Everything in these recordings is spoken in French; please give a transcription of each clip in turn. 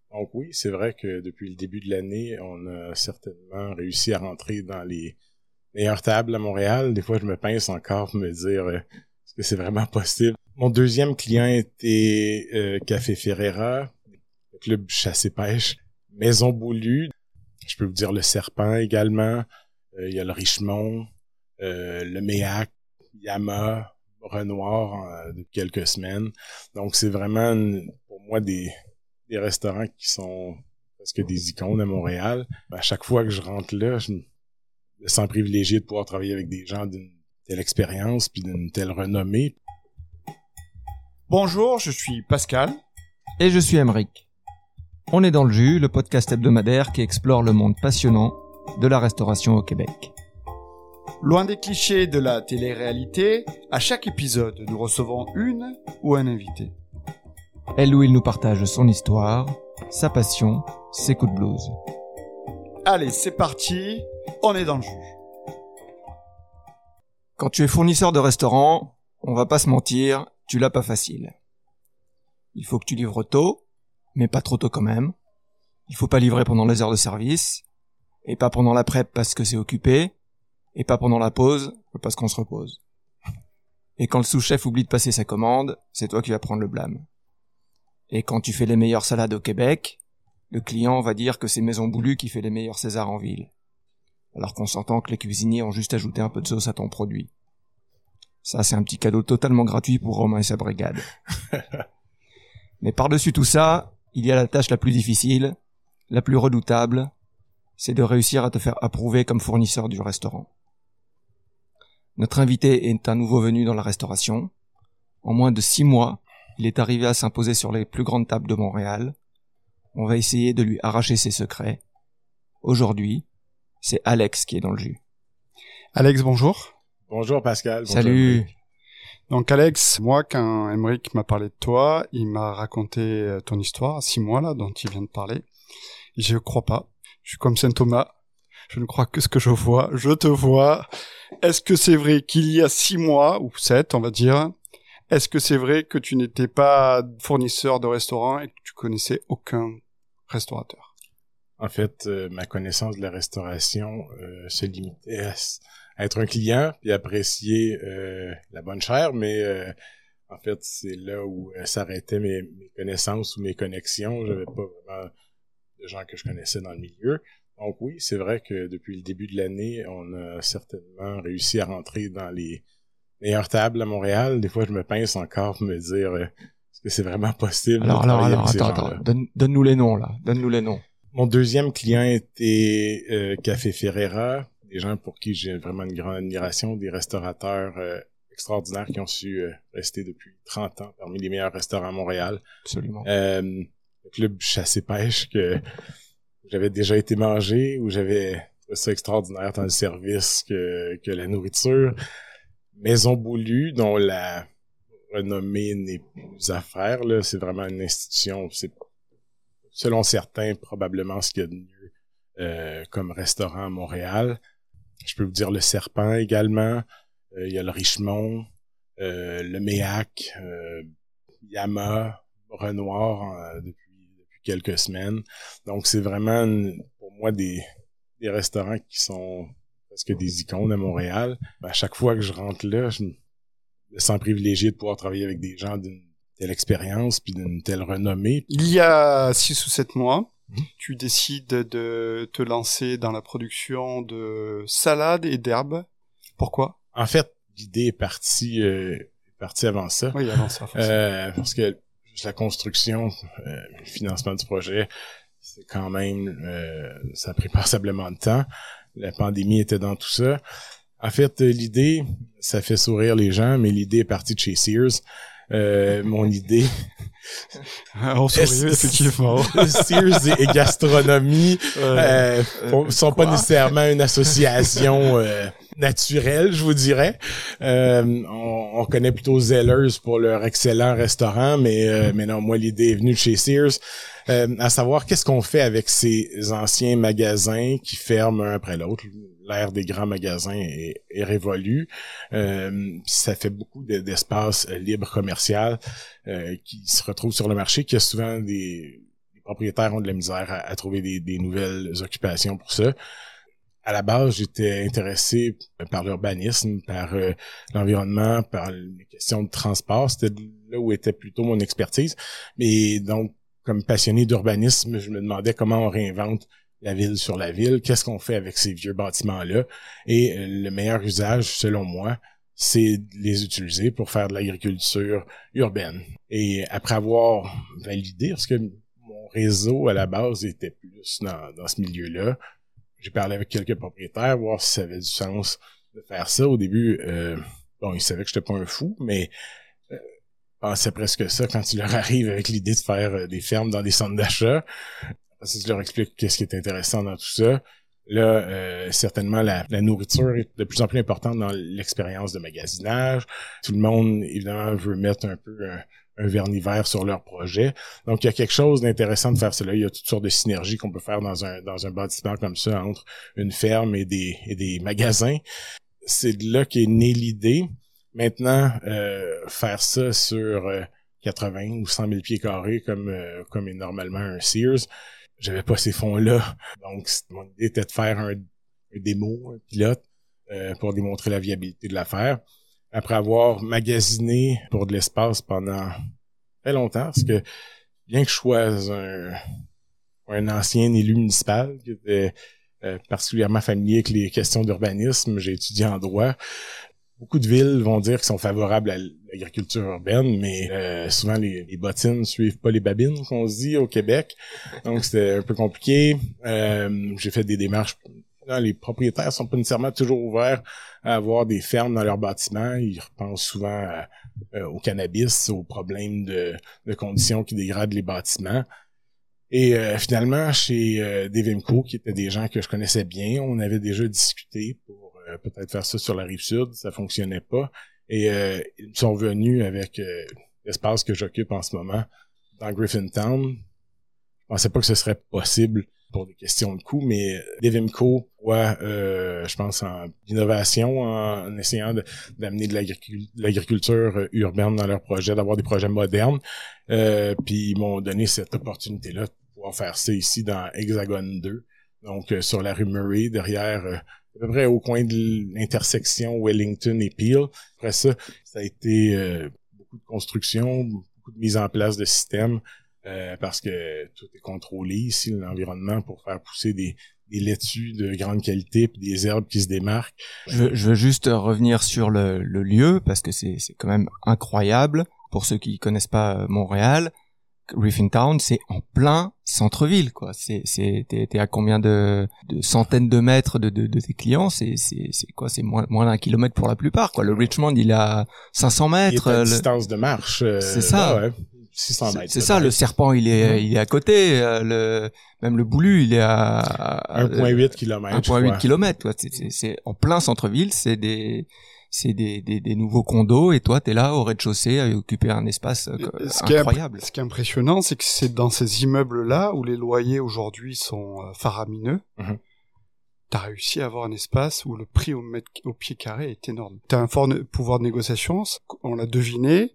Donc oui, c'est vrai que depuis le début de l'année, on a certainement réussi à rentrer dans les meilleures tables à Montréal. Des fois, je me pince encore pour me dire est-ce que c'est vraiment possible. Mon deuxième client était Café Ferreira, le club chasse-pêche, Maison Boulue. Je peux vous dire le Serpent également. Il y a le Richemont, le Méac, Yama, Renoir depuis quelques semaines. Donc c'est vraiment pour moi des restaurants qui sont presque des icônes à Montréal. À chaque fois que je rentre là, je me sens privilégié de pouvoir travailler avec des gens d'une telle expérience puis d'une telle renommée. Bonjour, je suis Pascal. Et je suis Aymeric. On est dans le jus, le podcast hebdomadaire qui explore le monde passionnant de la restauration au Québec. Loin des clichés de la télé-réalité, à chaque épisode, nous recevons une ou un invité. Elle ou il nous partage son histoire, sa passion, ses coups de blues. Allez, c'est parti, on est dans le jus. Quand tu es fournisseur de restaurant, on va pas se mentir, tu l'as pas facile. Il faut que tu livres tôt, mais pas trop tôt quand même. Il faut pas livrer pendant les heures de service, et pas pendant la prep parce que c'est occupé, et pas pendant la pause parce qu'on se repose. Et quand le sous-chef oublie de passer sa commande, c'est toi qui vas prendre le blâme. Et quand tu fais les meilleures salades au Québec, le client va dire que c'est Maison Boulue qui fait les meilleurs Césars en ville. Alors qu'on s'entend que les cuisiniers ont juste ajouté un peu de sauce à ton produit. Ça, c'est un petit cadeau totalement gratuit pour Romain et sa brigade. Mais par-dessus tout ça, il y a la tâche la plus difficile, la plus redoutable, c'est de réussir à te faire approuver comme fournisseur du restaurant. Notre invité est un nouveau venu dans la restauration. En moins de 6 mois, il est arrivé à s'imposer sur les plus grandes tables de Montréal. On va essayer de lui arracher ses secrets. Aujourd'hui, c'est Alex qui est dans le jus. Alex, bonjour. Bonjour Pascal. Salut. Bonjour. Donc Alex, moi quand Aymeric m'a parlé de toi, il m'a raconté ton histoire, 6 mois là, dont il vient de parler. Je crois pas. Je suis comme Saint Thomas. Je ne crois que ce que je vois. Je te vois. Est-ce que c'est vrai qu'il y a 6 mois, ou 7 on va dire, est-ce que c'est vrai que tu n'étais pas fournisseur de restaurant et que tu connaissais aucun restaurateur? En fait, ma connaissance de la restauration se limitait à être un client puis apprécier la bonne chair, mais en fait, c'est là où s'arrêtaient mes connaissances ou mes connexions. J'avais pas vraiment de gens que je connaissais dans le milieu. Donc oui, c'est vrai que depuis le début de l'année, on a certainement réussi à rentrer dans les meilleures tables à Montréal. Des fois, je me pince encore pour me dire est-ce que c'est vraiment possible? Alors, attends, donne-nous les noms, là. Donne-nous les noms. Mon deuxième client était Café Ferreira, des gens pour qui j'ai vraiment une grande admiration, des restaurateurs extraordinaires qui ont su rester depuis 30 ans parmi les meilleurs restaurants à Montréal. Absolument. Le club chasse-pêche que j'avais déjà été manger, où j'avais trouvé ça extraordinaire tant le service que la nourriture. Maison Boulue, dont la renommée n'est plus à faire, là, c'est vraiment une institution, c'est selon certains probablement ce qu'il y a de mieux comme restaurant à Montréal. Je peux vous dire le Serpent également, il y a le Richemont, le Méac, Yama, Renoir depuis quelques semaines. Donc c'est vraiment pour moi des restaurants qui sont presque des icônes à Montréal. À chaque fois que je rentre là, je me sens privilégié de pouvoir travailler avec des gens d'une telle expérience puis d'une telle renommée. Il y a 6 ou 7 mois, tu décides de te lancer dans la production de salades et d'herbes. Pourquoi? En fait, l'idée est partie avant ça. Oui, avant ça. Parce que la construction, le financement du projet, c'est quand même, ça a pris passablement de temps. La pandémie était dans tout ça. En fait, l'idée, ça fait sourire les gens, mais l'idée est partie de chez Sears. Mon idée... On sourit, effectivement. Sears et gastronomie sont pas nécessairement une association naturelle, je vous dirais. On connaît plutôt Zellers pour leur excellent restaurant, mais non, moi, l'idée est venue de chez Sears. À savoir, qu'est-ce qu'on fait avec ces anciens magasins qui ferment un après l'autre? L'ère des grands magasins est révolue. Ça fait beaucoup d'espace libre commercial qui se retrouve sur le marché, qui a souvent des les propriétaires ont de la misère à trouver des nouvelles occupations pour ça. À la base, j'étais intéressé par l'urbanisme, par l'environnement, par les questions de transport. C'était là où était plutôt mon expertise. Mais donc, comme passionné d'urbanisme, je me demandais comment on réinvente la ville sur la ville. Qu'est-ce qu'on fait avec ces vieux bâtiments-là? Et le meilleur usage, selon moi, c'est de les utiliser pour faire de l'agriculture urbaine. Et après avoir validé, parce que mon réseau, à la base, était plus dans ce milieu-là, j'ai parlé avec quelques propriétaires, voir si ça avait du sens de faire ça. Au début, ils savaient que j'étais pas un fou, mais pensaient presque ça quand tu leur arrives avec l'idée de faire des fermes dans des centres d'achat. Parce que tu leur expliques qu'est-ce qui est intéressant dans tout ça. Là, certainement, la nourriture est de plus en plus importante dans l'expérience de magasinage. Tout le monde, évidemment, veut mettre un peu un vernis vert sur leur projet. Donc, il y a quelque chose d'intéressant de faire cela. Il y a toutes sortes de synergies qu'on peut faire dans un bâtiment comme ça entre une ferme et des magasins. C'est de là qu'est née l'idée. Maintenant, faire ça sur 80 ou 100 000 pieds carrés comme est normalement un Sears, j'avais pas ces fonds-là. Donc, mon idée était de faire un démo, un pilote, pour démontrer la viabilité de l'affaire. Après avoir magasiné pour de l'espace pendant très longtemps, parce que bien que je sois un ancien élu municipal qui était particulièrement familier avec les questions d'urbanisme, j'ai étudié en droit. Beaucoup de villes vont dire qu'ils sont favorables à l'agriculture urbaine, mais souvent les bottines suivent pas les babines, qu'on se dit au Québec. Donc c'était un peu compliqué. J'ai fait des démarches. Les propriétaires sont pas nécessairement toujours ouverts à avoir des fermes dans leurs bâtiments. Ils repensent souvent au cannabis, aux problèmes de conditions qui dégradent les bâtiments. Et finalement, chez Devimco, qui étaient des gens que je connaissais bien, on avait déjà discuté pour peut-être faire ça sur la Rive-Sud. Ça fonctionnait pas. Et ils sont venus avec l'espace que j'occupe en ce moment dans Griffintown. Je pensais pas que ce serait possible pour des questions de coût, mais Devimco voit, je pense, en innovation, en essayant d'amener de l'agriculture urbaine dans leurs projets, d'avoir des projets modernes. Puis ils m'ont donné cette opportunité-là de pouvoir faire ça ici dans Hexagone 2, donc sur la rue Murray, derrière, à peu près au coin de l'intersection Wellington et Peel. Après ça a été beaucoup de construction, beaucoup de mise en place de systèmes, parce que tout est contrôlé ici, l'environnement, pour faire pousser des laitues de grande qualité puis des herbes qui se démarquent. Je veux juste revenir sur le lieu, parce que c'est quand même incroyable. Pour ceux qui connaissent pas Montréal, Griffintown, c'est en plein centre-ville, quoi. T'es à combien de centaines de mètres de tes clients? C'est quoi? C'est moins d'un kilomètre pour la plupart, quoi. Le Richmond, il a 500 mètres. Il est à distance de marche. C'est ça. Ouais. 600 mètres. C'est ça, le serpent, il est à côté, même le boulu, il est à 1,8 km. 1,8 km, toi. C'est en plein centre-ville, c'est des nouveaux condos, et toi, t'es là au rez-de-chaussée à occuper un espace incroyable. Ce qui est impressionnant, c'est que c'est dans ces immeubles-là où les loyers aujourd'hui sont faramineux. Mm-hmm. T'as réussi à avoir un espace où le prix au pied carré est énorme. T'as un fort pouvoir de négociation, on l'a deviné.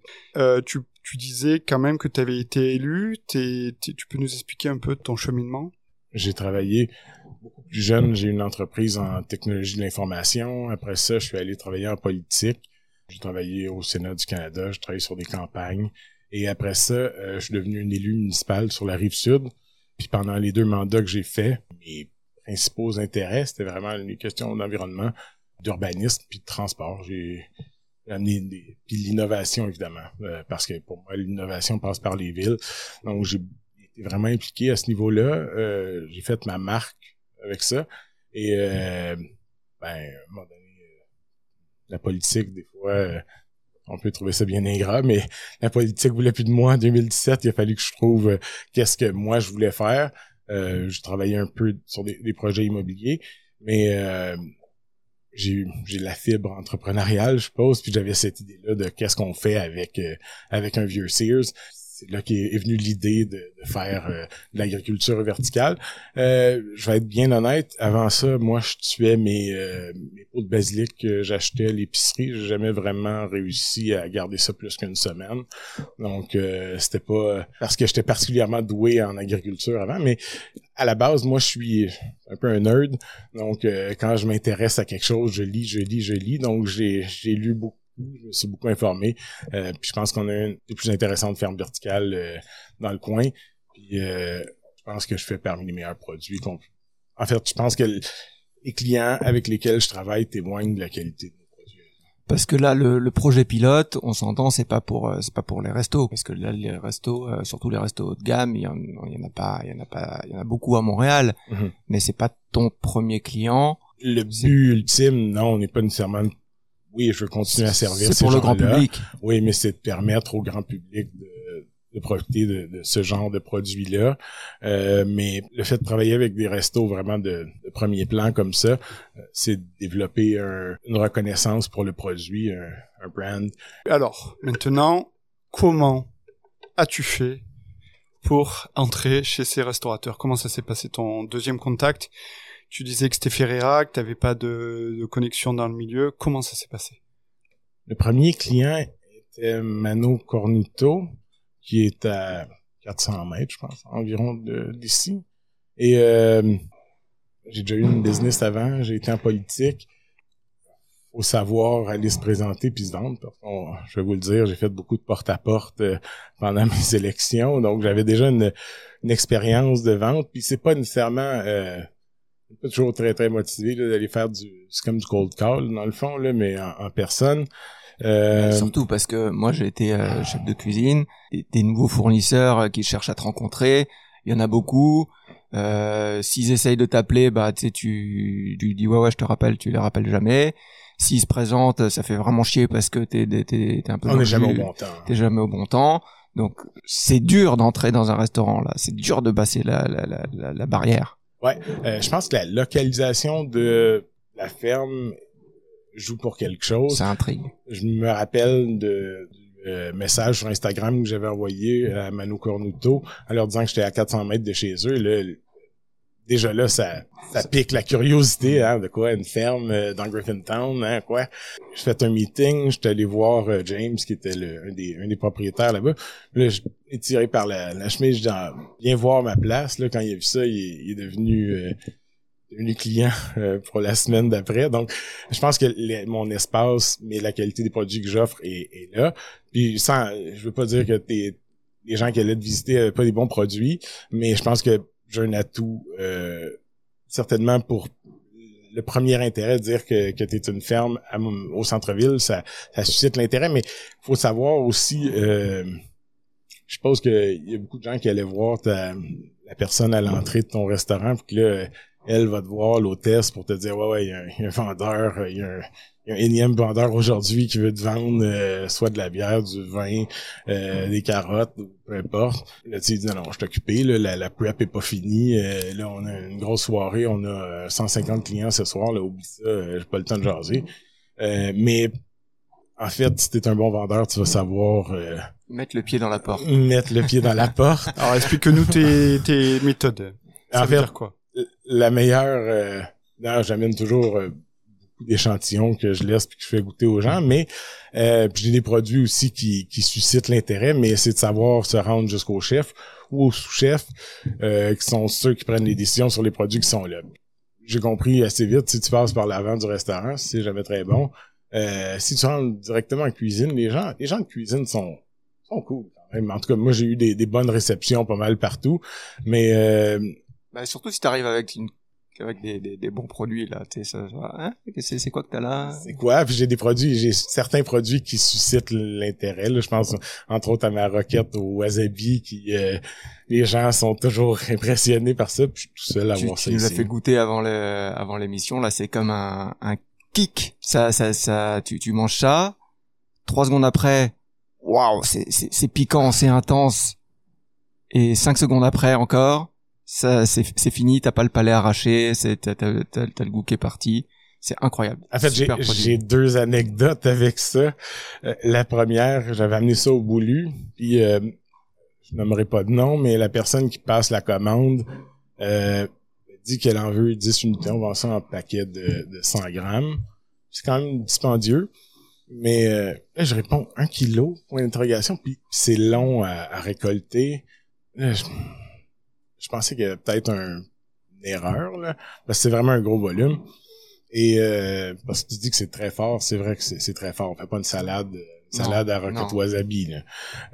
Tu disais quand même que t'avais été élu. Tu peux nous expliquer un peu ton cheminement? J'ai travaillé beaucoup plus jeune. J'ai eu une entreprise en technologie de l'information. Après ça, je suis allé travailler en politique. J'ai travaillé au Sénat du Canada. J'ai travaillé sur des campagnes. Et après ça, je suis devenu un élu municipal sur la Rive-Sud. Puis pendant les 2 mandats que j'ai faits, mes principaux intérêts, c'était vraiment les questions d'environnement, d'urbanisme puis de transport. J'ai amené puis l'innovation, évidemment, parce que pour moi, l'innovation passe par les villes. Donc, j'ai été vraiment impliqué à ce niveau-là. J'ai fait ma marque avec ça. Et, à un moment donné, la politique, des fois, on peut trouver ça bien ingrat, mais la politique voulait plus de moi en 2017. Il a fallu que je trouve qu'est-ce que moi, je voulais faire. J'ai travaillé un peu sur des projets immobiliers, mais j'ai la fibre entrepreneuriale, je suppose, puis j'avais cette idée-là de qu'est-ce qu'on fait avec un vieux Sears. c'est là qu'est venue l'idée de faire de l'agriculture verticale. Je vais être bien honnête, avant ça, moi je tuais mes pots de basilic que j'achetais à l'épicerie. J'ai jamais vraiment réussi à garder ça plus qu'une semaine. Donc c'était pas parce que j'étais particulièrement doué en agriculture avant, mais à la base, moi je suis un peu un nerd. Donc quand je m'intéresse à quelque chose, je lis. Donc j'ai lu beaucoup. Je me suis beaucoup informé. Puis je pense qu'on a une des plus intéressantes fermes verticales dans le coin. Puis je pense que je fais parmi les meilleurs produits. En fait, je pense que les clients avec lesquels je travaille témoignent de la qualité de nos produits. Parce que là, le projet pilote, on s'entend, c'est pas pour les restos. Parce que là, les restos, surtout les restos haut de gamme, il y en a beaucoup à Montréal. Mm-hmm. Mais c'est pas ton premier client. Le but ultime, non, on n'est pas nécessairement. Oui, je veux continuer à servir c'est pour le grand public. Oui, mais c'est de permettre au grand public de profiter de ce genre de produits-là. Mais le fait de travailler avec des restos vraiment de premier plan comme ça, c'est de développer une reconnaissance pour le produit, un brand. Alors, maintenant, comment as-tu fait pour entrer chez ces restaurateurs? Comment ça s'est passé ton deuxième contact? Tu disais que c'était Ferreira, que tu n'avais pas de connexion dans le milieu. Comment ça s'est passé? Le premier client était Mano Cornuto, qui est à 400 mètres, je pense, environ d'ici. Et j'ai déjà eu une business avant, j'ai été en politique. Faut savoir aller se présenter puis se vendre. Je vais vous le dire, j'ai fait beaucoup de porte-à-porte pendant mes élections, donc j'avais déjà une expérience de vente. Puis c'est pas nécessairement... pas toujours très très motivé là, d'aller faire c'est comme du cold call dans le fond là, mais en personne. Surtout parce que moi j'ai été chef de cuisine, des nouveaux fournisseurs qui cherchent à te rencontrer, il y en a beaucoup. S'ils essayent de t'appeler, bah tu sais tu dis ouais je te rappelle, tu les rappelles jamais. S'ils se présentent, ça fait vraiment chier parce que t'es un peu. On n'est jamais au bon temps. T'es jamais au bon temps. Donc c'est dur d'entrer dans un restaurant là, c'est dur de passer la barrière. Ouais, je pense que la localisation de la ferme joue pour quelque chose. Ça intrigue. Je me rappelle du message sur Instagram que j'avais envoyé à Mano Cornuto en leur disant que j'étais à 400 mètres de chez eux. Là, déjà là, ça pique la curiosité, hein, de quoi, une ferme dans Griffintown, hein, quoi. J'ai fait un meeting, j'étais allé voir James, qui était un des propriétaires là-bas. Là, je suis tiré par la chemise, je dis, viens voir ma place. Là, quand il a vu ça, il est devenu client pour la semaine d'après. Donc, je pense que mon espace, mais la qualité des produits que j'offre est là. Puis, je veux pas dire que les gens qui allaient te visiter avaient pas des bons produits, mais je pense que j'ai un atout certainement pour le premier intérêt de dire que t'es une ferme au centre-ville, ça suscite l'intérêt, mais faut savoir aussi, je suppose qu'il y a beaucoup de gens qui allaient voir la personne à l'entrée de ton restaurant, puis que là, elle va te voir, l'hôtesse, pour te dire ouais, il y a un vendeur, il y a un énième vendeur aujourd'hui qui veut te vendre soit de la bière, du vin, des carottes, peu importe. Là, tu dis non, je suis occupé, là, la prep est pas finie. Là, on a une grosse soirée, on a 150 clients ce soir, là, oublie ça, j'ai pas le temps de jaser. Mais en fait, si t'es un bon vendeur, tu vas savoir mettre le pied dans la porte. Mettre le pied dans la porte. Alors, explique-nous tes méthodes. Ça veut dire quoi? La meilleure, j'amène toujours beaucoup d'échantillons que je laisse puis que je fais goûter aux gens, mais puis j'ai des produits aussi qui suscitent l'intérêt, mais c'est de savoir se rendre jusqu'au chef ou au sous-chef qui sont ceux qui prennent les décisions sur les produits qui sont là. J'ai compris assez vite, si tu passes par l'avant du restaurant, c'est jamais très bon. Si tu rentres directement en cuisine, les gens de cuisine sont cool quand même. En tout cas, moi j'ai eu des bonnes réceptions pas mal partout, mais surtout si t'arrives avec des bons produits là, tu sais ça, hein? C'est quoi que t'as là? C'est quoi? Puis j'ai certains produits qui suscitent l'intérêt là, je pense entre autres à ma roquette au wasabi qui les gens sont toujours impressionnés par ça, puis je suis tout seul à voir ça. Tu nous as fait goûter avant l'émission là, c'est comme un kick. Ça tu manges ça, 3 secondes après, waouh, c'est piquant, c'est intense. Et 5 secondes après encore, ça c'est fini, t'as pas le palais arraché, t'as le goût qui est parti. C'est incroyable. En fait, j'ai 2 anecdotes avec ça. La première, j'avais amené ça au Boulu, puis je nommerai pas de nom, mais la personne qui passe la commande dit qu'elle en veut 10 unités. On vend ça en paquet de 100 grammes. C'est quand même dispendieux. Mais là, je réponds 1 kilo, point d'interrogation, puis c'est long à récolter. Là, je pensais qu'il y avait peut-être une erreur, là, parce que c'est vraiment un gros volume. Et parce que tu dis que c'est très fort, c'est vrai que c'est très fort. On fait pas une salade à roquette wasabi. Là.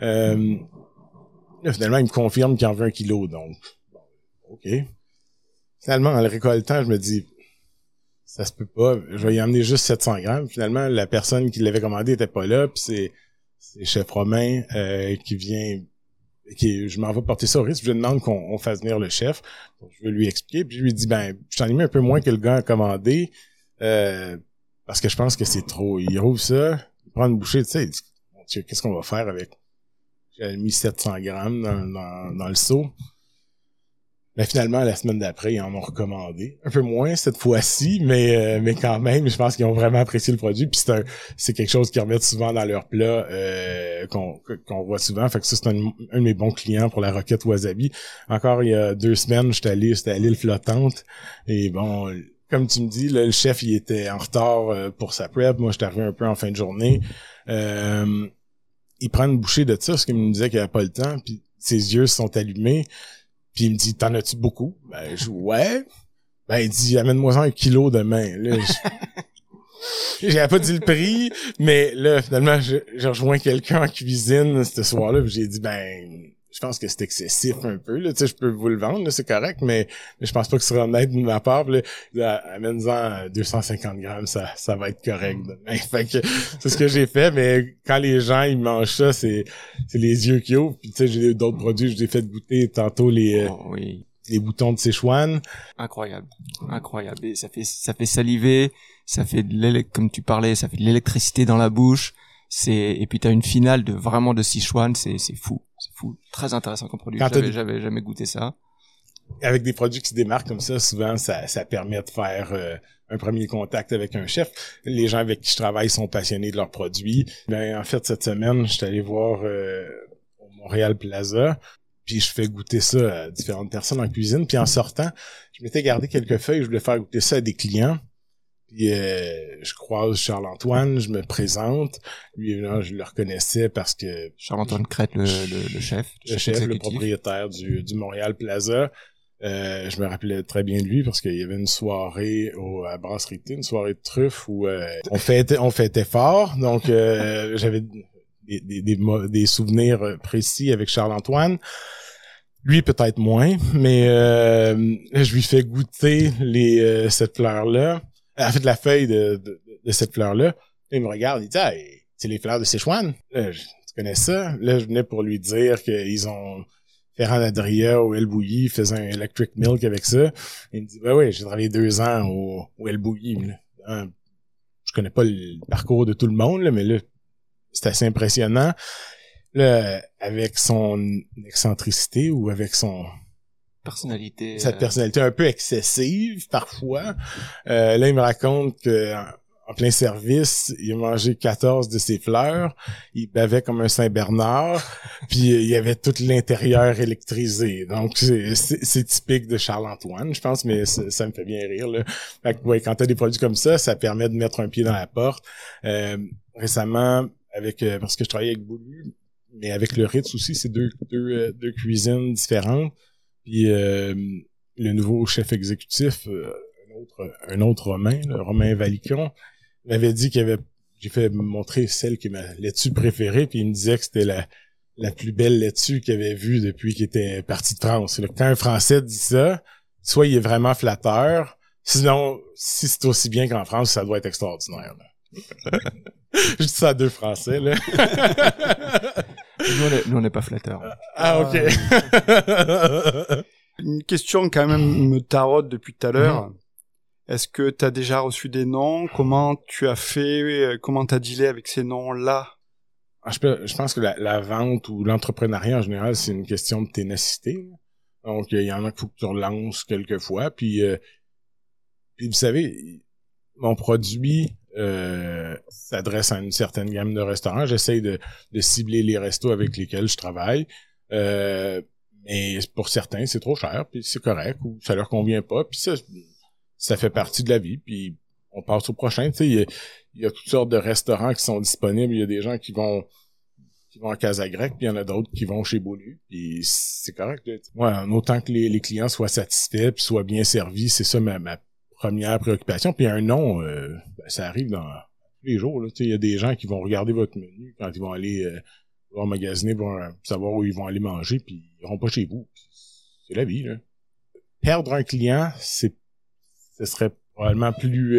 Là, finalement, il me confirme qu'il en veut 1 kilo, donc bon, OK. Finalement, en le récoltant, je me dis, ça se peut pas, je vais y emmener juste 700 grammes. Finalement, la personne qui l'avait commandé était pas là, puis c'est Chef Romain qui vient, je m'en vais porter ça au risque. Je lui demande qu'on fasse venir le chef. Donc, je vais lui expliquer, puis je lui dis, je t'en ai mis un peu moins que le gars a commandé, parce que je pense que c'est trop. Il rouvre ça, il prend une bouchée, tu sais, il dit, mon Dieu, qu'est-ce qu'on va faire avec? J'ai mis 700 grammes dans le seau. Mais finalement, la semaine d'après, ils en ont recommandé. Un peu moins cette fois-ci, mais quand même, je pense qu'ils ont vraiment apprécié le produit. Puis c'est quelque chose qu'ils remettent souvent dans leur plat, qu'on voit souvent. Fait que ça, c'est un de mes bons clients pour la roquette wasabi. Encore il y a 2 semaines, c'était à l'île flottante. Et bon, comme tu me dis, là, le chef, il était en retard pour sa prep. Moi, j'étais arrivé un peu en fin de journée. Il prend une bouchée de ça, parce qu'il me disait qu'il avait pas le temps. Puis ses yeux se sont allumés. Puis il me dit, t'en as-tu beaucoup? Ouais. Il dit, amène-moi 1 kilo demain. Là, j'avais pas dit le prix, mais là, finalement, j'ai rejoint quelqu'un en cuisine ce soir-là, puis j'ai dit, je pense que c'est excessif un peu, là, tu sais, je peux vous le vendre, là, c'est correct, mais je pense pas que ce sera honnête de ma part, là, amène-en 250 grammes, ça va être correct demain. Fait que c'est ce que j'ai fait, mais quand les gens, ils mangent ça, c'est les yeux qui ouvrent, puis tu sais, j'ai d'autres produits, je vous ai fait goûter tantôt les boutons de Sichuan. Incroyable. Et ça fait saliver, ça fait comme tu parlais, ça fait de l'électricité dans la bouche. Et puis t'as une finale de Sichuan, c'est fou. Très intéressant comme produit. J'avais jamais goûté ça. Avec des produits qui se démarquent comme ça, souvent, ça permet de faire un premier contact avec un chef. Les gens avec qui je travaille sont passionnés de leurs produits. En fait, cette semaine, je suis allé voir au Montréal Plaza. Puis je fais goûter ça à différentes personnes en cuisine. Puis en sortant, je m'étais gardé quelques feuilles, je voulais faire goûter ça à des clients. Puis je croise Charles-Antoine, je me présente. Lui, évidemment, je le reconnaissais parce que... Charles-Antoine Crête, le chef. Le propriétaire du Montréal Plaza. Je me rappelais très bien de lui parce qu'il y avait une soirée à Brasserie T, une soirée de truffes où on fêtait fort. Donc, j'avais des souvenirs précis avec Charles-Antoine. Lui, peut-être moins, mais je lui fais goûter cette fleur-là. En fait, la feuille de cette fleur-là. Il me regarde, il dit, c'est les fleurs de Sichuan. Là, tu connais ça? Là, je venais pour lui dire qu'ils ont Ferran Adria au El Bouilly, faisait un electric milk avec ça. Il me dit, oui, j'ai travaillé 2 ans au El Bouilly. Je connais pas le parcours de tout le monde, là, mais là, c'est assez impressionnant. Là, avec son excentricité ou avec cette personnalité un peu excessive parfois. Là, il me raconte que en plein service, il a mangé 14 de ses fleurs, il bavait comme un Saint-Bernard, puis il y avait tout l'intérieur électrisé. Donc c'est typique de Charles-Antoine, je pense, mais ça me fait bien rire là. Fait que, quand t'as des produits comme ça permet de mettre un pied dans la porte. Récemment, parce que je travaillais avec Boulu, mais avec le Ritz aussi, c'est deux cuisines différentes. Puis le nouveau chef exécutif, un autre Romain, le Romain Valicon, m'avait dit j'ai fait montrer celle qui est ma laitue préférée, puis il me disait que c'était la plus belle laitue qu'il avait vue depuis qu'il était parti de France. Là, quand un Français dit ça, soit il est vraiment flatteur, sinon, si c'est aussi bien qu'en France, ça doit être extraordinaire. Là. Je dis ça à 2 Français, là. Nous, on n'est pas flatteurs. Ah, ok. Une question quand même me taraude depuis tout à l'heure. Est-ce que tu as déjà reçu des noms? Comment tu as fait? Comment tu as dealé avec ces noms-là? Je pense que la vente ou l'entrepreneuriat en général, c'est une question de ténacité. Donc, il y en a qu'il faut que tu relances quelquefois. Puis vous savez, mon produit s'adresse à une certaine gamme de restaurants. J'essaye de cibler les restos avec lesquels je travaille. Mais pour certains, c'est trop cher, puis c'est correct, ou ça leur convient pas, puis ça fait partie de la vie, puis on passe au prochain. Tu sais, il y a toutes sortes de restaurants qui sont disponibles. Il y a des gens qui vont à Casa Grecque, puis il y en a d'autres qui vont chez Beaulieu, puis c'est correct. Là. Ouais, en autant que les clients soient satisfaits, puis soient bien servis, c'est ça ma première préoccupation. Puis un nom, ça arrive dans tous les jours. Là. Tu sais, il y a des gens qui vont regarder votre menu quand ils vont aller voir magasiner pour savoir où ils vont aller manger, puis ils iront pas chez vous. C'est la vie, là. Perdre un client, ce serait probablement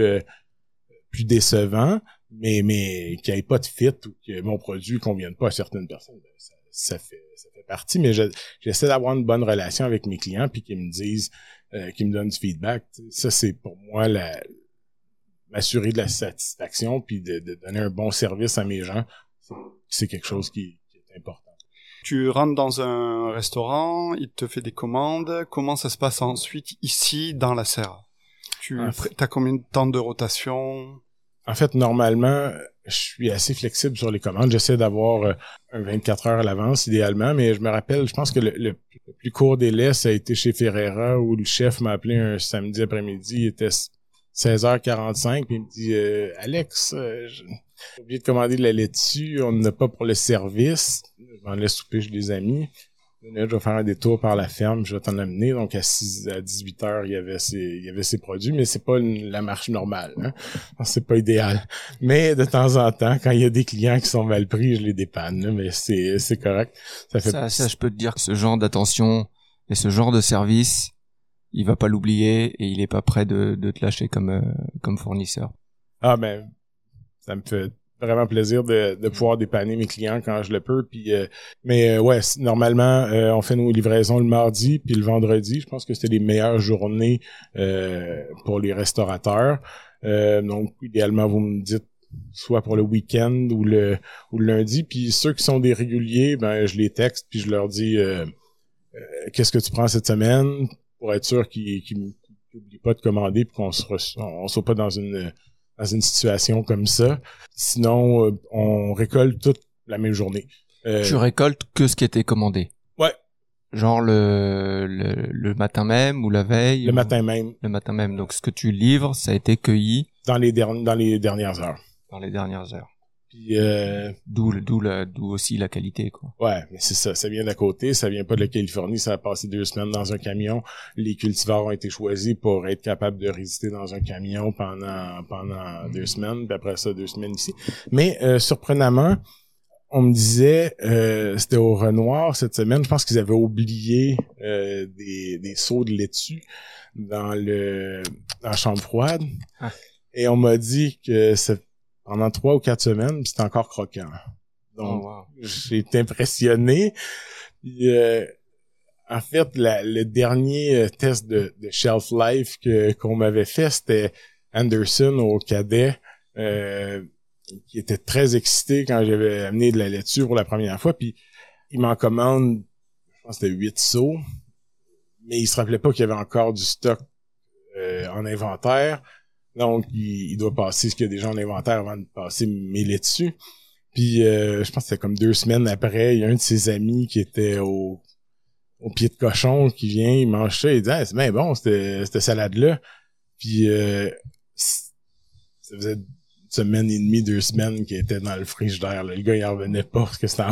plus décevant, mais qu'il n'y ait pas de fit ou que mon produit ne convienne pas à certaines personnes, ben, ça fait partie, mais j'essaie d'avoir une bonne relation avec mes clients puis qu'ils me disent, qu'ils me donnent du feedback. Ça, c'est pour moi m'assurer de la satisfaction puis de donner un bon service à mes gens. C'est quelque chose qui est important. Tu rentres dans un restaurant, il te fait des commandes. Comment ça se passe ensuite ici dans la serre? T'as combien de temps de rotation? En fait, normalement, je suis assez flexible sur les commandes. J'essaie d'avoir un 24 heures à l'avance, idéalement, mais je me rappelle, je pense que le plus court délai, ça a été chez Ferreira, où le chef m'a appelé un samedi après-midi, il était 16h45, puis il me dit « Alex, j'ai oublié de commander de la laitue, on n'en a pas pour le service. » Je m'en laisse souper chez des amis. Je vais faire un détour par la ferme, je vais t'en amener. Donc, à 18 heures, il y avait ces produits, mais c'est pas la marche normale, hein. C'est pas idéal. Mais, de temps en temps, quand il y a des clients qui sont mal pris, je les dépanne, là, mais c'est correct. Ça, je peux te dire que ce genre d'attention et ce genre de service, il va pas l'oublier et il est pas prêt de te lâcher comme fournisseur. Ah, ben, ça me fait vraiment plaisir de pouvoir dépanner mes clients quand je le peux. Puis, ouais, normalement, on fait nos livraisons le mardi puis le vendredi. Je pense que c'était les meilleures journées pour les restaurateurs. Donc, idéalement, vous me dites soit pour le week-end ou le lundi. Puis ceux qui sont des réguliers, ben je les texte puis je leur dis qu'est-ce que tu prends cette semaine pour être sûr qu'ils n'oublient pas de commander puis qu'on soit pas dans une situation comme ça. Sinon, on récolte toute la même journée. Tu récoltes que ce qui était commandé? Ouais. Genre le matin même ou la veille? Le matin même. Le matin même. Donc, ce que tu livres, ça a été cueilli? Dans les dernières heures. Dans les dernières heures. Puis, d'où aussi la qualité, quoi. Ouais, mais c'est ça. Ça vient d'à côté. Ça vient pas de la Californie. Ça a passé 2 semaines dans un camion. Les cultivars ont été choisis pour être capables de résister dans un camion pendant 2 semaines. Puis après ça, 2 semaines ici. Mais, surprenamment, on me disait, c'était au Renoir cette semaine. Je pense qu'ils avaient oublié, des seaux de laitue dans la chambre froide. Ah. Et on m'a dit que pendant 3 ou 4 semaines, c'était encore croquant. Donc, j'ai été impressionné. Puis, en fait, le dernier test de shelf life qu'on m'avait fait, c'était Anderson au cadet, qui était très excité quand j'avais amené de la laitue pour la première fois. Puis, il m'en commande, je pense que c'était 8 seaux, mais il se rappelait pas qu'il y avait encore du stock en inventaire. Donc, il doit passer ce qu'il y a déjà en inventaire avant de passer mes laitues. Puis, je pense que c'était comme 2 semaines après, il y a un de ses amis qui était au pied de cochon qui vient, il mange ça, il dit « Ah, c'est bien bon, cette salade-là. » Puis, ça faisait 1 semaine et demie, 2 semaines qu'il était dans le frigidaire. Là. Le gars, il en revenait pas parce que c'était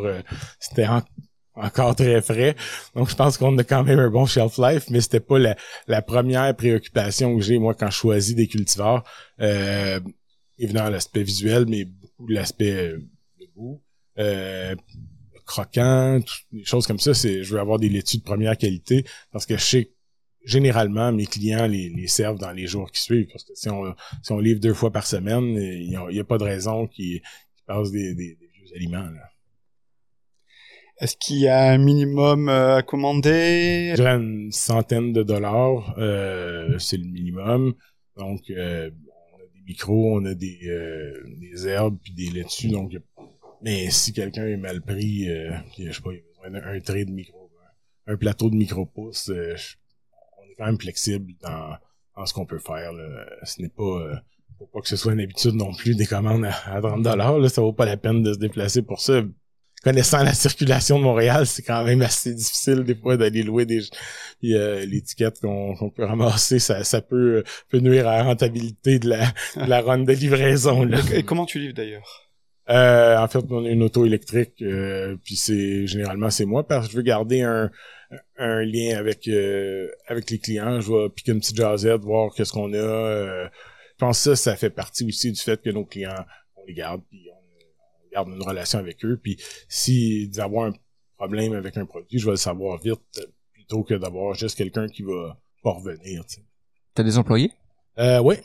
encore très frais. Donc, je pense qu'on a quand même un bon shelf life, mais c'était pas la première préoccupation que j'ai, moi, quand je choisis des cultivars. Évidemment, l'aspect visuel, mais beaucoup l'aspect de goût. Croquant, des choses comme ça, je veux avoir des laitues de première qualité parce que je sais que généralement, mes clients les servent dans les jours qui suivent parce que si on livre 2 fois par semaine, il y a pas de raison qu'ils passent des vieux aliments, là. Est-ce qu'il y a un minimum à commander? Je dirais une centaine de dollars, c'est le minimum. Donc, on a des micros, on a des herbes puis des laitues. Donc, mais si quelqu'un est mal pris, puis, je sais pas, il a besoin d'un trait de micro, un plateau de micro-pouces, on est quand même flexible dans ce qu'on peut faire, là. Ce n'est pas, faut pas que ce soit une habitude non plus des commandes à $30, là. Ça vaut pas la peine de se déplacer pour ça. connaissant la circulation de Montréal, c'est quand même assez difficile des fois d'aller louer l'étiquette qu'on peut ramasser. Ça peut nuire à la rentabilité de la run de livraison, là. Et comment tu livres d'ailleurs? En fait, on a une auto électrique, puis généralement c'est moi, parce que je veux garder un lien avec les clients. Je vais piquer une petite jasette, voir qu'est-ce qu'on a. Je pense que ça fait partie aussi du fait que nos clients, on les garde, puis on garde une relation avec eux. Puis si d'avoir un problème avec un produit, je vais le savoir vite, plutôt que d'avoir juste quelqu'un qui va pas revenir. Tu sais. T'as des employés? Oui,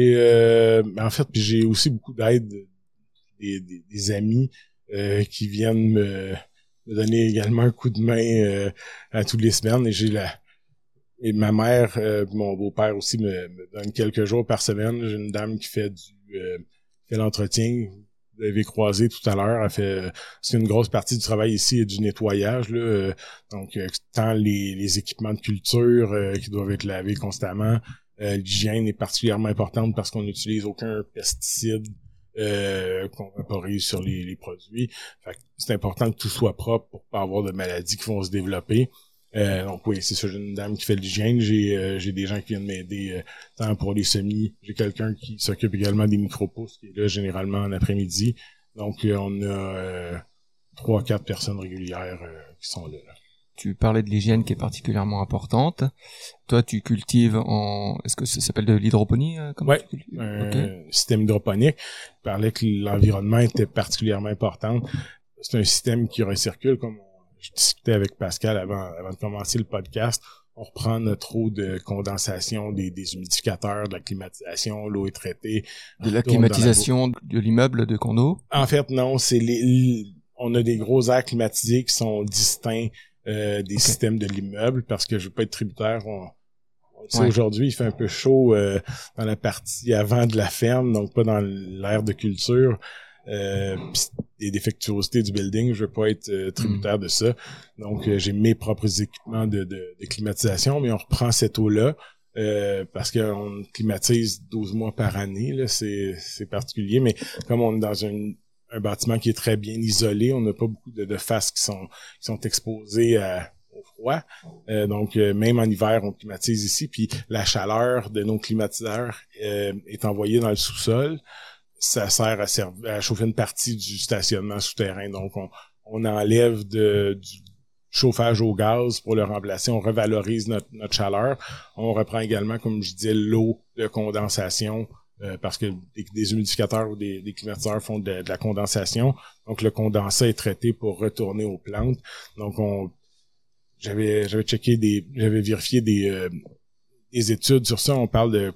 en fait, puis j'ai aussi beaucoup d'aide des amis qui viennent me donner également un coup de main à toutes les semaines. Et ma mère, mon beau-père aussi me donne quelques jours par semaine. J'ai une dame qui fait l'entretien. Vous l'avez croisé tout à l'heure. C'est une grosse partie du travail ici et du nettoyage, là. Donc, tant les équipements de culture qui doivent être lavés constamment. L'hygiène est particulièrement importante parce qu'on n'utilise aucun pesticide qu'on vaporise sur les produits. Fait que c'est important que tout soit propre pour pas avoir de maladies qui vont se développer. Donc oui, c'est ça, j'ai une dame qui fait l'hygiène, j'ai des gens qui viennent m'aider tant pour les semis, j'ai quelqu'un qui s'occupe également des micro-pousses qui est là généralement en après-midi. Donc on a 3-4 personnes régulières qui sont là. Tu parlais de l'hygiène qui est particulièrement importante. Toi, tu cultives est-ce que ça s'appelle de l'hydroponie? Oui, un système hydroponique. Je parlais que l'environnement était particulièrement important. C'est un système qui recircule, comme je discutais avec Pascal avant de commencer le podcast. On reprend notre eau de condensation des humidificateurs, de la climatisation, l'eau est traitée. De la climatisation de l'immeuble de condo? En fait, non, on a des gros airs climatisés qui sont distincts des systèmes de l'immeuble parce que je veux pas être tributaire. Aujourd'hui, il fait un peu chaud dans la partie avant de la ferme, donc pas dans l'aire de culture. Les défectuosités du building, je veux pas être tributaire de ça. Donc, j'ai mes propres équipements de climatisation, mais on reprend cette eau-là parce qu'on climatise 12 mois par année. Là, c'est particulier, mais comme on est dans un bâtiment qui est très bien isolé, on n'a pas beaucoup de faces qui sont exposées au froid. Donc, même en hiver, on climatise ici, puis la chaleur de nos climatiseurs est envoyée dans le sous-sol. Ça sert à chauffer une partie du stationnement souterrain. Donc, on enlève du chauffage au gaz pour le remplacer. On revalorise notre chaleur. On reprend également, comme je disais, l'eau de condensation parce que des humidificateurs ou des climatiseurs font de la condensation. Donc, le condensat est traité pour retourner aux plantes. Donc, j'avais vérifié des études sur ça. On parle de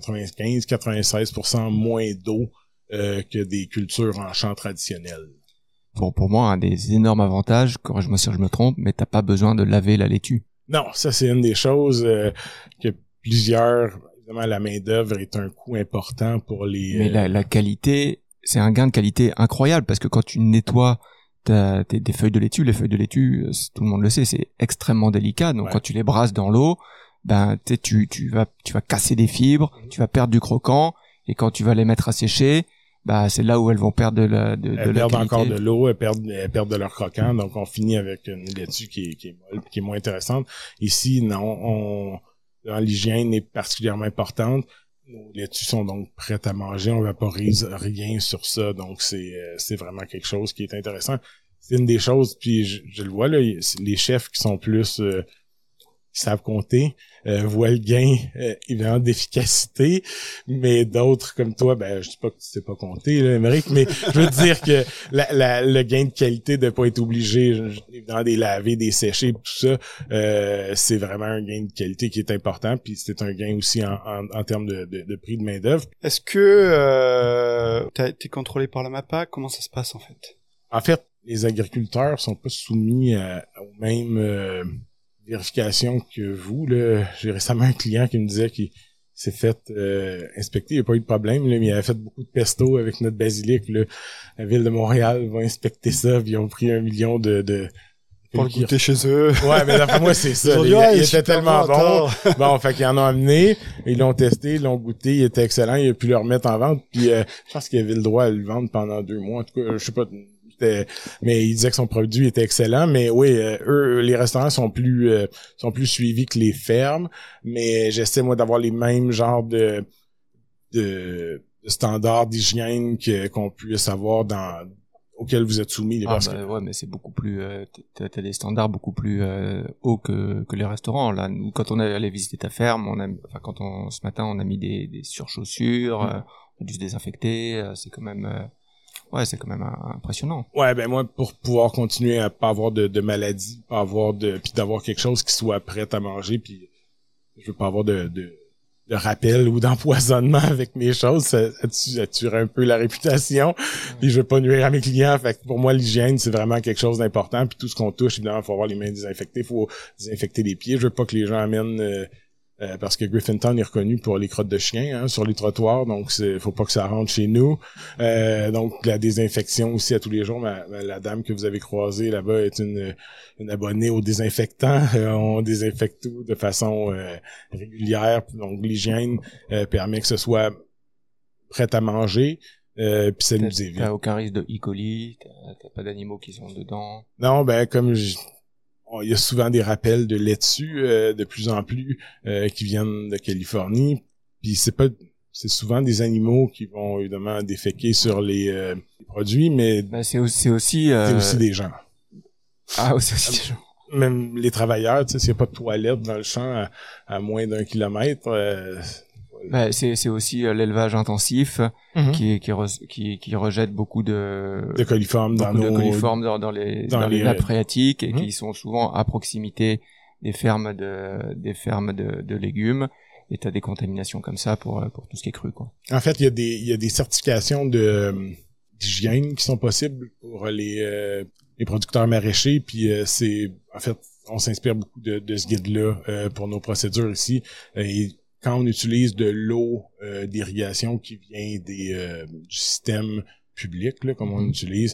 95-96% moins d'eau que des cultures en champs traditionnels. Pour moi, un des énormes avantages, corrige-moi si je me trompe, mais t'as pas besoin de laver la laitue. Non, ça c'est une des choses que évidemment la main-d'œuvre est un coût important pour les... Mais la qualité, c'est un gain de qualité incroyable parce que quand tu nettoies des feuilles de laitue, les feuilles de laitue, tout le monde le sait, c'est extrêmement délicat. Donc quand tu les brasses dans l'eau, ben tu vas casser des fibres, tu vas perdre du croquant, et quand tu vas les mettre à sécher, bah c'est là où elles vont perdre elles perdent encore de l'eau, elles perdent de leur croquant, donc on finit avec une laitue qui est molle, qui est moins intéressante. Ici, non, l'hygiène est particulièrement importante. Nos laitues sont donc prêtes à manger, on vaporise rien sur ça, donc c'est vraiment quelque chose qui est intéressant. C'est une des choses, puis je le vois là, les chefs qui sont plus qui savent compter, voient le gain évidemment d'efficacité, mais d'autres comme toi, ben je dis pas que tu sais pas compter là, Émeric, mais je veux te dire que le gain de qualité de pas être obligé évidemment des laver, des sécher, tout ça, c'est vraiment un gain de qualité qui est important, puis c'est un gain aussi en termes de prix de main d'œuvre. Est-ce que t'es contrôlé par la MAPAC? Comment ça se passe en fait? En fait, les agriculteurs sont pas soumis aux mêmes vérification que vous, là. J'ai récemment un client qui me disait qu'il s'est fait inspecter, il n'y a pas eu de problème, là, mais il avait fait beaucoup de pesto avec notre basilic, là. La ville de Montréal va inspecter ça, puis ils ont pris 1 million de pour le goûter chez eux. Ouais, mais d'après moi, c'est ça. Il était tellement bon. Bon, fait qu'ils en ont amené, ils l'ont testé, ils l'ont goûté, il était excellent, il a pu le remettre en vente, puis je pense qu'il avait le droit à le vendre pendant 2 mois. En tout cas, je sais pas, mais il disait que son produit était excellent. Mais oui, eux, les restaurants sont plus suivis que les fermes, mais j'essaie moi d'avoir les mêmes genres de standards d'hygiène qu'on puisse avoir auxquels vous êtes soumis. Ouais, mais c'est beaucoup plus t'as des standards beaucoup plus hauts que les restaurants. Là, nous, quand on est allé visiter ta ferme, ce matin on a mis des surchaussures, on a dû se désinfecter, c'est quand même impressionnant. Ouais, ben moi, pour pouvoir continuer à pas avoir de maladies, puis d'avoir quelque chose qui soit prêt à manger, puis je veux pas avoir de rappel ou d'empoisonnement avec mes choses, ça tuerait un peu la réputation, puis je veux pas nuire à mes clients. Fait que pour moi, l'hygiène, c'est vraiment quelque chose d'important, puis tout ce qu'on touche, évidemment, faut avoir les mains désinfectées, faut désinfecter les pieds. Je veux pas que les gens amènent parce que Griffintown est reconnu pour les crottes de chien sur les trottoirs, donc faut pas que ça rentre chez nous. Donc la désinfection aussi à tous les jours. La dame que vous avez croisée là-bas est une abonnée au désinfectant. On désinfecte tout de façon régulière. Donc l'hygiène permet que ce soit prêt à manger. Puis ça nous évite. T'as aucun risque de E. coli, t'as pas d'animaux qui sont dedans. Non, ben il y a souvent des rappels de laitue de plus en plus qui viennent de Californie. Puis c'est souvent des animaux qui vont évidemment déféquer sur les produits, mais c'est aussi des gens. Ah, c'est aussi des gens. Même les travailleurs, tu sais, s'il n'y a pas de toilette dans le champ à moins d'1 kilomètre. C'est aussi l'élevage intensif qui rejette beaucoup de coliformes dans les nappes phréatiques et qui sont souvent à proximité des fermes de légumes, et t'as des contaminations comme ça pour tout ce qui est cru, quoi. En fait, il y a des certifications d'hygiène qui sont possibles pour les producteurs maraîchers, puis on s'inspire beaucoup de ce guide-là pour nos procédures ici. Et quand on utilise de l'eau d'irrigation qui vient du système public, là, comme on utilise,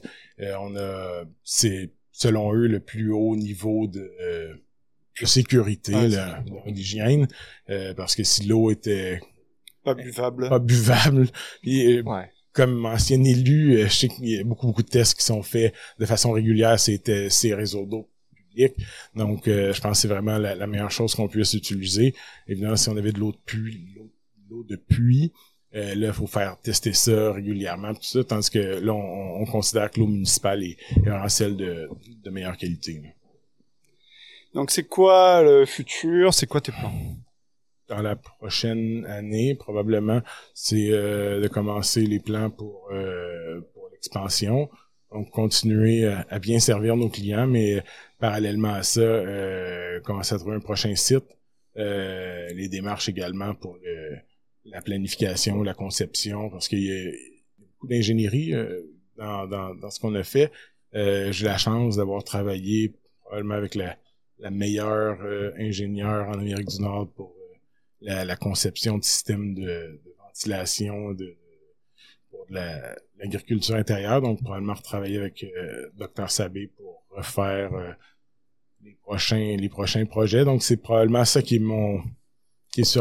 c'est selon eux le plus haut niveau de sécurité, d'hygiène, parce que si l'eau était pas buvable, puis, comme ancien élu, je sais qu'il y a beaucoup de tests qui sont faits de façon régulière, c'était ces réseaux d'eau. Donc, je pense que c'est vraiment la meilleure chose qu'on puisse utiliser. Évidemment, si on avait de l'eau de puits, là, il faut faire tester ça régulièrement, tout ça, tandis que là, on considère que l'eau municipale est vraiment celle de meilleure qualité. Là. Donc, c'est quoi le futur? C'est quoi tes plans? Dans la prochaine année, probablement, c'est de commencer les plans pour l'expansion. Donc, continuer à bien servir nos clients, mais parallèlement à ça, commencer à trouver un prochain site. Les démarches également pour la planification, la conception, parce qu'il y a beaucoup d'ingénierie dans ce qu'on a fait. J'ai la chance d'avoir travaillé probablement avec la meilleure ingénieure en Amérique du Nord pour la conception de systèmes de ventilation, pour l'agriculture intérieure, donc probablement retravailler avec Dr Sabé pour refaire les prochains projets. Donc c'est probablement ça qui est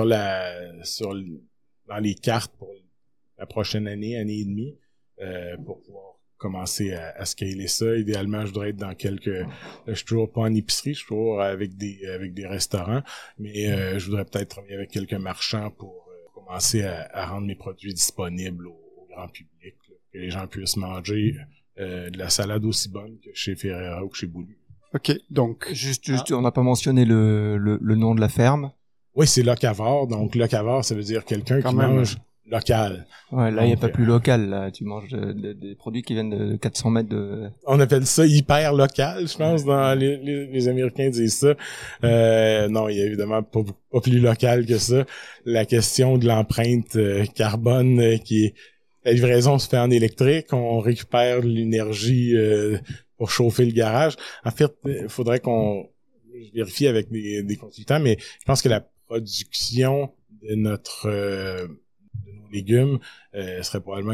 dans les cartes pour la prochaine année et demie, pour pouvoir commencer à scaler ça. Idéalement, je voudrais être dans je suis toujours pas en épicerie, je suis toujours avec des restaurants, mais je voudrais peut-être travailler avec quelques marchands pour commencer à rendre mes produits disponibles au grand public, là, que les gens puissent manger de la salade aussi bonne que chez Ferreira ou que chez Boulu. Ok, donc juste on n'a pas mentionné le nom de la ferme. Oui, c'est locavore. Donc locavore, ça veut dire quelqu'un qui mange local. Ouais, là, il n'y a pas plus local, là. Tu manges des produits qui viennent de 400 mètres de... On appelle ça hyper local, je pense, dans les Américains disent ça. Non, il y a évidemment pas plus local que ça. La question de l'empreinte carbone la livraison se fait en électrique, on récupère l'énergie pour chauffer le garage. En fait, il faudrait qu'on vérifie avec des consultants, mais je pense que la production de nos légumes serait probablement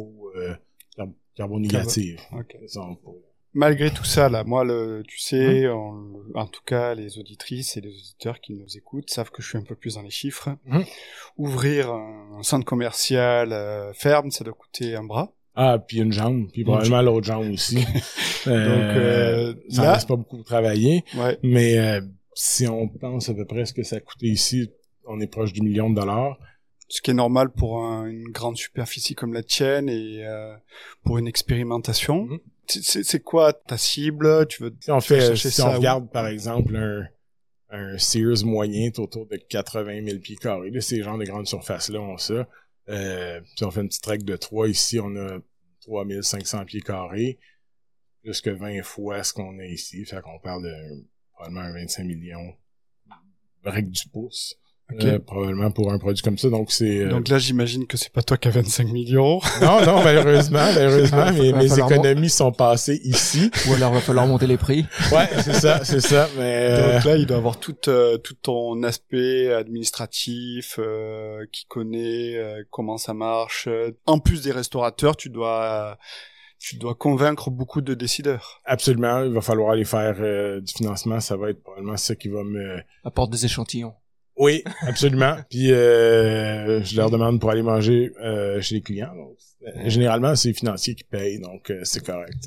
carbonégative. Okay. Malgré tout ça, là, moi, tu sais, en tout cas, les auditrices et les auditeurs qui nous écoutent savent que je suis un peu plus dans les chiffres. Ouvrir un centre commercial ferme, ça doit coûter un bras. Ah, puis une jambe, puis probablement l'autre jambe aussi. Donc, ça là... laisse pas beaucoup travailler. Ouais. Mais si on pense à peu près ce que ça a coûté ici, on est proche du $1 million. Ce qui est normal pour une grande superficie comme la tienne et pour une expérimentation. Mm-hmm. C'est quoi ta cible? Tu veux si on regarde par exemple un Sears moyen autour de 80 000 pieds carrés, là, ces genres de grandes surfaces-là ont ça. Si on fait une petite règle de 3, ici on a 3500 pieds carrés, plus que 20 fois ce qu'on a ici. Fait qu'on parle de probablement 25 millions de règle du pouce. Okay. Probablement pour un produit comme ça. Donc c'est donc là j'imagine que c'est pas toi qui as 25 millions. Non, malheureusement, mes économies sont passées ici. Ou alors va falloir monter les prix. Ouais, c'est ça. Mais donc là il doit avoir tout ton aspect administratif qui connaît comment ça marche. En plus des restaurateurs, tu dois convaincre beaucoup de décideurs. Absolument, il va falloir aller faire du financement, ça va être probablement ça qui va me apporte des échantillons. Oui, absolument. Puis je leur demande pour aller manger chez les clients. Donc, généralement, c'est les financiers qui payent, donc c'est correct.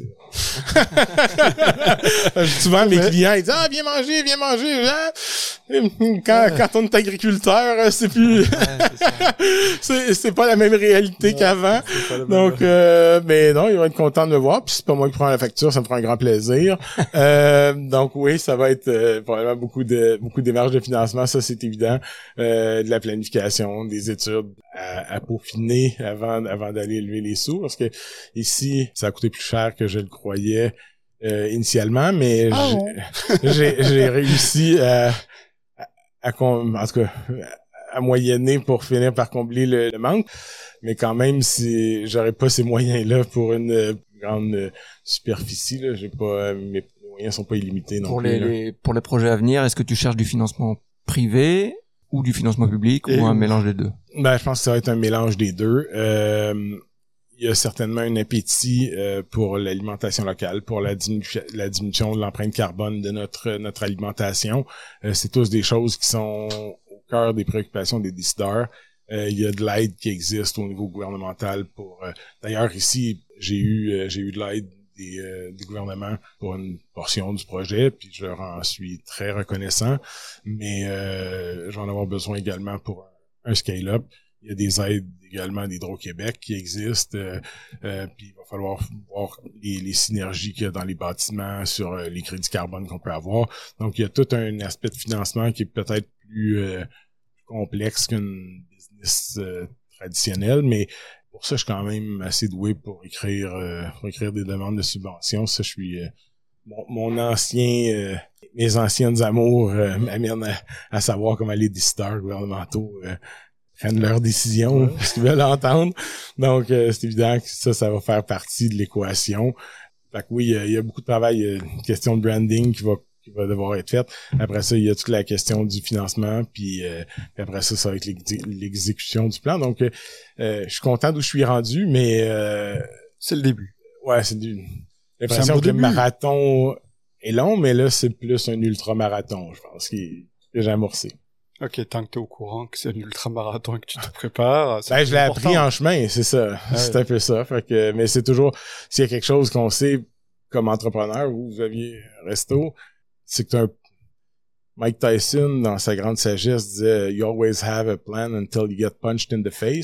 Souvent, mes clients ils disent « Ah, viens manger, hein? » Quand on est agriculteur, c'est plus... c'est pas la même réalité qu'avant. Donc, mais non, ils vont être contents de me voir. Puis c'est pas moi qui prends la facture, ça me fera un grand plaisir. Donc oui, ça va être probablement beaucoup de démarches de financement, ça c'est évident. De la planification, des études à peaufiner avant d'aller lever les sous, parce que ici, ça a coûté plus cher que je le croyais initialement, mais j'ai réussi en tout cas, à moyenner pour finir par combler le manque. Mais quand même, si j'aurais pas ces moyens-là pour une grande superficie, là, j'ai pas mes moyens sont pas illimités non plus. Pour les projets à venir, est-ce que tu cherches du financement privé ou du financement public ou un mélange des deux? Ben, je pense que ça va être un mélange des deux. Il y a certainement un appétit pour l'alimentation locale, pour la diminution de l'empreinte carbone de notre alimentation. C'est tous des choses qui sont au cœur des préoccupations des décideurs. Il y a de l'aide qui existe au niveau gouvernemental pour. D'ailleurs, ici, j'ai eu de l'aide des gouvernements pour une portion du projet, puis je leur en suis très reconnaissant, mais je vais en avoir besoin également pour un scale-up. Il y a des aides également d'Hydro-Québec qui existent, puis il va falloir voir les synergies qu'il y a dans les bâtiments sur les crédits carbone qu'on peut avoir. Donc, il y a tout un aspect de financement qui est peut-être plus complexe qu'une business traditionnelle, mes demandes de subventions. Ça, je suis mes anciennes amours m'amènent à savoir comment les décideurs gouvernementaux prennent leurs décisions, ce qu'ils veulent entendre. Donc, c'est évident que ça va faire partie de l'équation. Fait que oui, il y a beaucoup de travail, une question de branding qui va devoir être faite. Après ça, il y a toute la question du financement, puis après ça va être l'exécution du plan. Donc, je suis content d'où je suis rendu, mais c'est le début. Ouais, c'est l'impression que le marathon est long, mais là, c'est plus un ultra-marathon, je pense, que j'ai amorcé. Ok, tant que t'es au courant que c'est un ultra-marathon et que tu te prépares... Ben, je l'ai appris en chemin, c'est ça. Ah, c'est un peu ça. Fait que, mais c'est toujours... S'il y a quelque chose qu'on sait comme entrepreneur, vous aviez resto, c'est que Mike Tyson, dans sa grande sagesse, disait « You always have a plan until you get punched in the face ».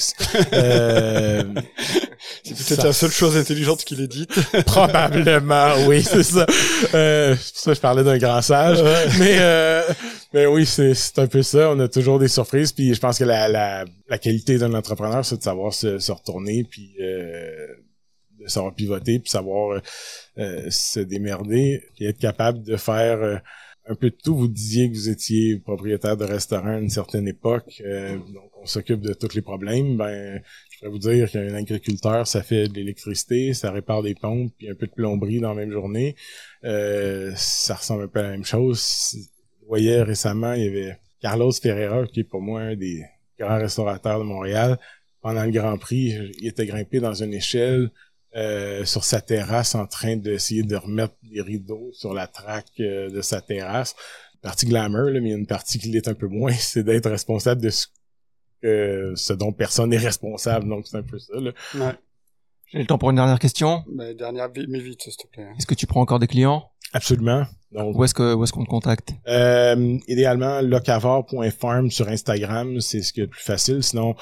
C'est peut-être la seule chose intelligente qu'il ait dite. Probablement, oui, c'est ça. C'est pour ça que je parlais d'un grand sage. Mais oui, c'est un peu ça. On a toujours des surprises. Puis je pense que la qualité d'un entrepreneur, c'est de savoir se retourner, puis de savoir pivoter, puis savoir se démerder, puis être capable de faire un peu de tout. Vous disiez que vous étiez propriétaire de restaurant à une certaine époque, donc on s'occupe de tous les problèmes. Ben, je pourrais vous dire qu'un agriculteur, ça fait de l'électricité, ça répare des pompes, puis un peu de plomberie dans la même journée. Ça ressemble un peu à la même chose. Vous voyez, récemment, il y avait Carlos Ferreira, qui est pour moi un des grands restaurateurs de Montréal. Pendant le Grand Prix, il était grimpé dans une échelle sur sa terrasse en train d'essayer de remettre des rideaux sur la traque de sa terrasse. Partie glamour, là, mais il y a une partie qui l'est un peu moins, c'est d'être responsable de ce dont personne n'est responsable. Donc c'est un peu ça, là. Ouais. J'ai le temps pour une dernière question. Mais dernière, mais vite, s'il te plaît. Est-ce que tu prends encore des clients? Absolument. Donc, Où est-ce qu'on te contacte? idéalement, locavor.farm sur Instagram, c'est ce qui est le plus facile. Sinon,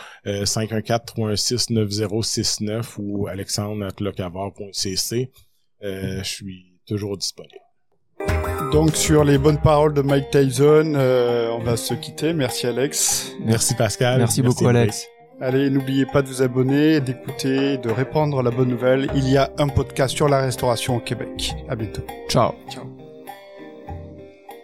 514-316-9069 ou alexandre@locavor.cc. Je suis toujours disponible. Donc, sur les bonnes paroles de Mike Tyson, on va se quitter. Merci, Alex. Merci Pascal. Merci beaucoup, Alex. Allez, n'oubliez pas de vous abonner, d'écouter, de répandre la bonne nouvelle. Il y a un podcast sur la restauration au Québec. À bientôt. Ciao. Ciao.